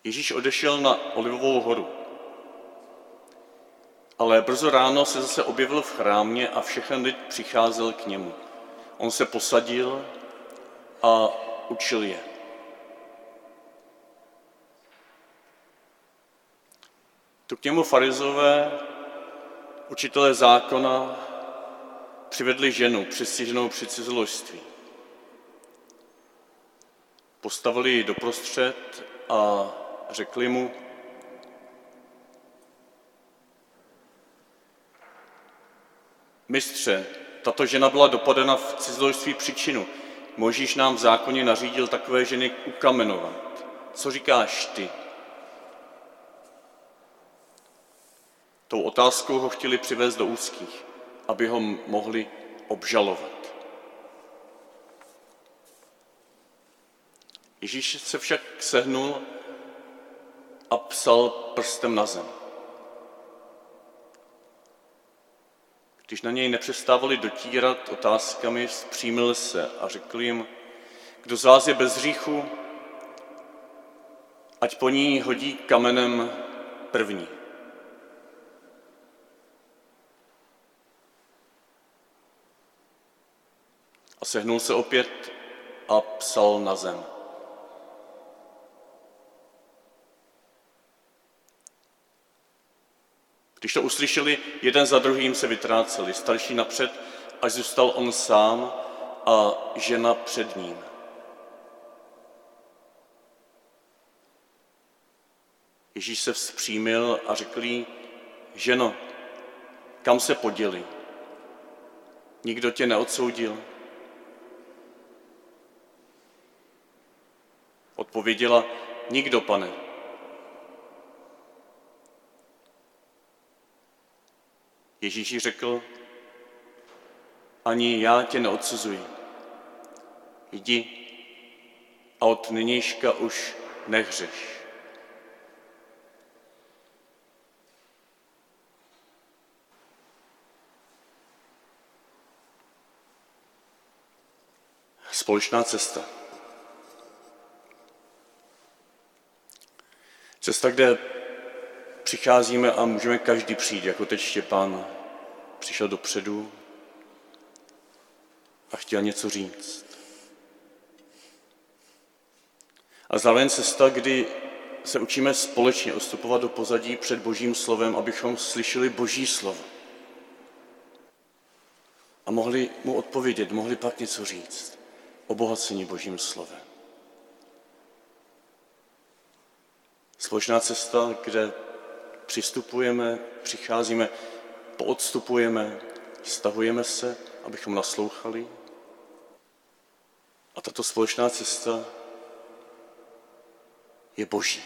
Ježíš odešel na Olivovou horu. Ale brzo ráno se zase objevil v chrámě a všechen lid přicházel k němu. On se posadil a učil je. Tu k němu farizové, učitelé zákona, přivedli ženu přistiženou při cizoložství. Postavili ji doprostřed a řekli mu: Mistře, tato žena byla dopadena v cizoložství při činu. Mojžíš nám v zákoně nařídil takové ženy ukamenovat. Co říkáš ty? Tou otázkou ho chtěli přivést do úzkých, aby ho mohli obžalovat. Ježíš se však sehnul a psal prstem na zem. Když na něj nepřestávali dotírat otázkami, vzpřímil se a řekl jim: Kdo z vás je bez hříchu, ať po ní hodí kamenem první. A sehnul se opět a psal na zem. Když to uslyšeli, jeden za druhým se vytráceli, starší napřed, až zůstal on sám a žena před ním. Ježíš se vzpřímil a řekl jí: Ženo, kam se poděli? Nikdo tě neodsoudil? Odpověděla: Nikdo, Pane. Ježíš jí řekl: Ani já tě neodsuzuji. Jdi a od nynějška už nehřeš. Společná cesta. Cesta, kde přicházíme a můžeme každý přijít, jako teď Štěpán přišel dopředu a chtěl něco říct. A zároveň cesta, kdy se učíme společně odstupovat do pozadí před Božím slovem, abychom slyšeli Boží slovo. A mohli mu odpovědět, mohli pak něco říct. Obohacení Božím slovem. Společná cesta, kde přistupujeme, přicházíme, poodstupujeme, stahujeme se, abychom naslouchali. A tato společná cesta je Boží.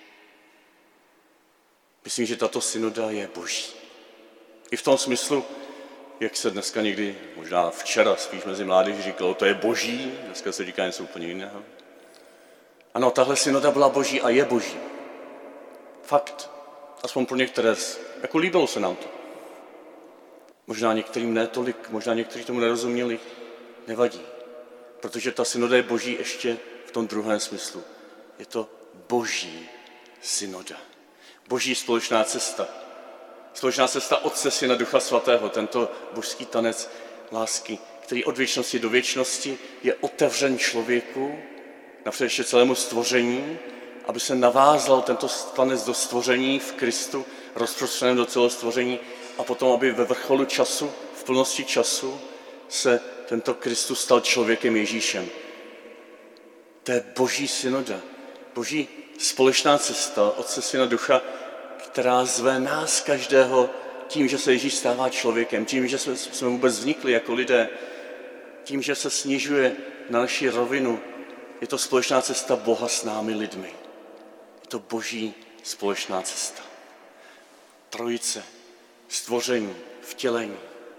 Myslím, že tato synoda je Boží. I v tom smyslu, jak se dneska někdy, možná včera spíš mezi mládeží říkalo, to je Boží, dneska se říká něco úplně jiného. Ano, tahle synoda byla Boží a je Boží. Fakt. Aspoň pro některé, jako líbilo se nám to. Možná některým ne tolik, možná někteří tomu nerozuměli, nevadí. Protože ta synoda je Boží ještě v tom druhém smyslu. Je to Boží synoda. Boží společná cesta. Společná cesta Otce, Syna, Ducha Svatého, tento božský tanec lásky, který od věčnosti do věčnosti je otevřen člověku, napřed ještě celému stvoření, aby se navázal tento tanec do stvoření v Kristu, rozprostřeném do celého stvoření a potom, aby ve vrcholu času, v plnosti času, se tento Kristus stal člověkem Ježíšem. To je Boží synoda, Boží společná cesta Otce, Syna, Ducha, která zve nás každého tím, že se Ježíš stává člověkem, tím, že jsme vůbec vznikli jako lidé, tím, že se snižuje na naši rovinu. Je to společná cesta Boha s námi lidmi. Je to Boží společná cesta. Trojice, stvoření, vtělení.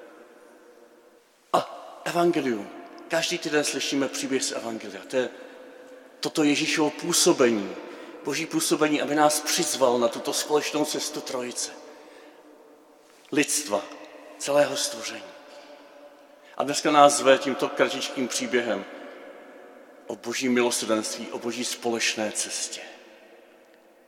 A evangelium. Každý týden slyšíme příběh z evangelia. To je toto Ježíšovo působení, Boží působení, aby nás přizval na tuto společnou cestu trojice. Lidstva, celého stvoření. A dneska nás zve tímto kratičkým příběhem o Božím milosrdenství, o Boží společné cestě.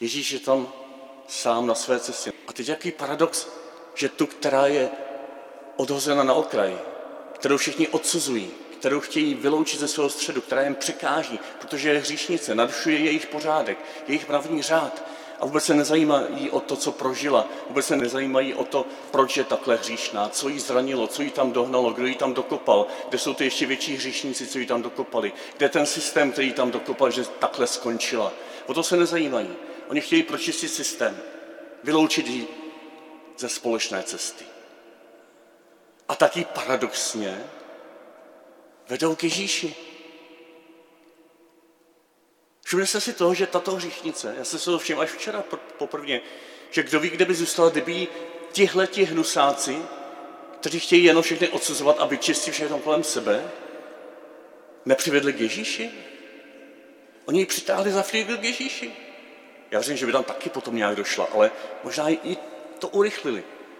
Ježíš je tam sám na své cestě. A teď jaký paradox, že tu, která je odhozena na okraj, kterou všichni odsuzují, kterou chtějí vyloučit ze svého středu, která jim překáží, protože je hříšnice, narušuje jejich pořádek, jejich mravní řád a vůbec se nezajímají o to, co prožila, vůbec se nezajímají o to, proč je takhle hříšná, co jí zranilo, co jí tam dohnalo, kdo jí tam dokopal, kde jsou ty ještě větší hříšníci, co jí tam dokopali, kde je ten systém, který jí tam dokopal, že takhle skončila. O to se nezajímají. Oni chtějí pročistit systém, vyloučit ji ze společné cesty. A taky paradoxně vedou k Ježíši. Všimli jste si toho, že tato hříšnice, já jsem se to všiml až včera poprvé, že kdo ví, kde by zůstala, kdyby tihleti hnusáci, kteří chtějí jenom všechny odsuzovat a vyčistit všechno kolem sebe, nepřivedli k Ježíši? Oni ji přitáhli za flígl k Ježíši. Já věřím, že by tam taky potom nějak došla, ale možná i to urychlili.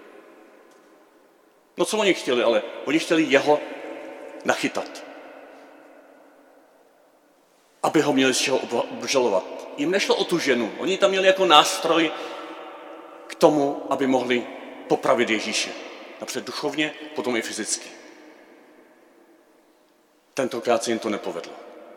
No co oni chtěli, ale oni chtěli jeho nachytat. Aby ho měli z čeho obžalovat. Jim nešlo o tu ženu, oni tam měli jako nástroj k tomu, aby mohli popravit Ježíše. Napřed duchovně, potom i fyzicky. Tentokrát se jim to nepovedlo.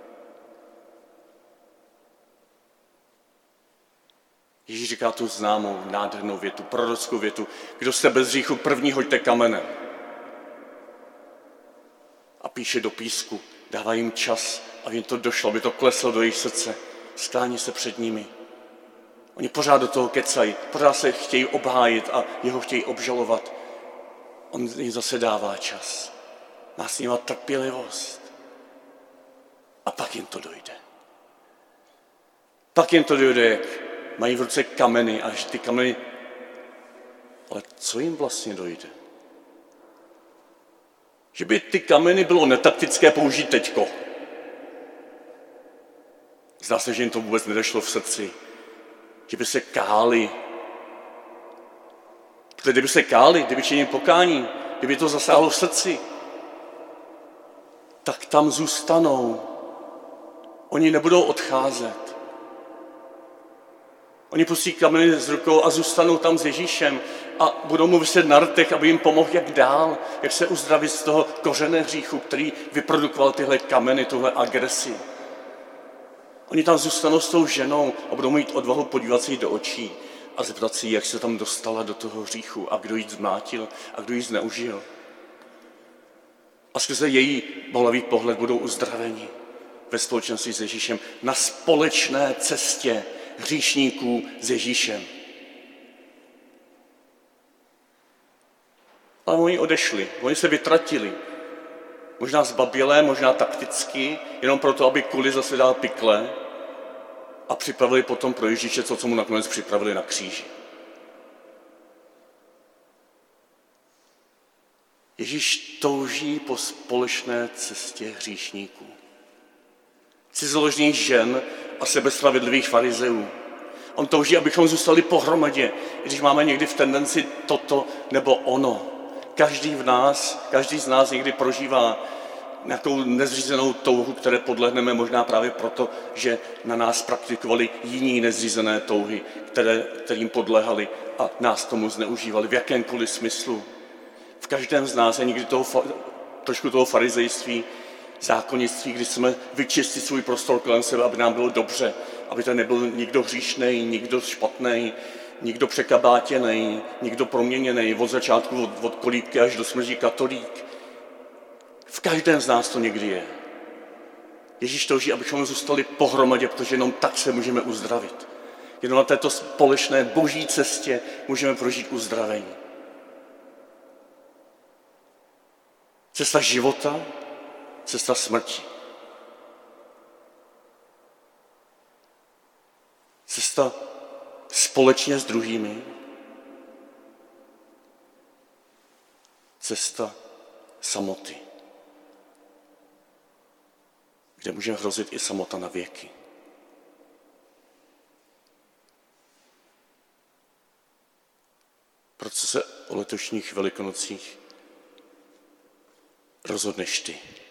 Ježíš říká tu známou, nádhernou větu, prorockou větu, kdo jste bez hříchu, první hoďte kamenem. A píše do písku, dává jim čas, aby jim to došlo, aby to kleslo do jejich srdce. Sklání se před nimi. Oni pořád do toho kecají, pořád se chtějí obhájit a jeho chtějí obžalovat. On jim zase dává čas. Má s nima trpělivost. A pak jim to dojde. Pak jim to dojde, jak mají v ruce kameny, až ty kameny... Ale co jim vlastně dojde? Že by ty kameny bylo netaktické použít teďko. Zdá se, že jim to vůbec nedošlo v srdci. Že by se káli. Protože kdyby se káli, kdyby činili pokání, kdyby to zasáhlo v srdci, tak tam zůstanou. Oni nebudou odcházet. Oni pustí kameny z rukou a zůstanou tam s Ježíšem a budou mu viset na rtech, aby jim pomohl jak dál, jak se uzdravit z toho kořene hříchu, který vyprodukoval tyhle kameny, tuhle agresi. Oni tam zůstanou s tou ženou a budou mít odvahu podívat se jí do očí a zeptat si, jak se tam dostala do toho hříchu a kdo jí zmlátil a kdo jí zneužil. A skrze její bolavý pohled budou uzdraveni ve společnosti s Ježíšem na společné cestě hříšníků s Ježíšem. Ale oni odešli, oni se vytratili. Možná zbabělé, možná takticky, jenom proto, aby kuli zase dál pikle a připravili potom pro Ježíše to, co mu nakonec připravili na kříži. Ježíš touží po společné cestě hříšníků. Cizoložných žen a sebespravedlivých farizeů. On touží, abychom zůstali pohromadě, když máme někdy v tendenci toto nebo ono. Každý z nás někdy prožívá nějakou nezřízenou touhu, které podlehneme možná právě proto, že na nás praktikovali jiní nezřízené touhy, kterým podlehali a nás tomu zneužívali v jakémkoliv smyslu. V každém z nás je někdy trošku toho farizejství, zákonnictví, kdy chceme vyčistit svůj prostor kolem sebe, aby nám bylo dobře, aby to nebyl nikdo hříšnej, nikdo špatnej, nikdo překabátěnej, nikdo proměněnej, od začátku od kolíbky až do smrti katolík. V každém z nás to někdy je. Ježíš touží, abychom zůstali pohromadě, protože jenom tak se můžeme uzdravit. Jenom na této společné boží cestě můžeme prožít uzdravení. Cesta života, cesta smrti. Cesta společně s druhými. Cesta samoty, kde může hrozit i samota na věky. Proč se o letošních Velikonocích rozhodneš ty?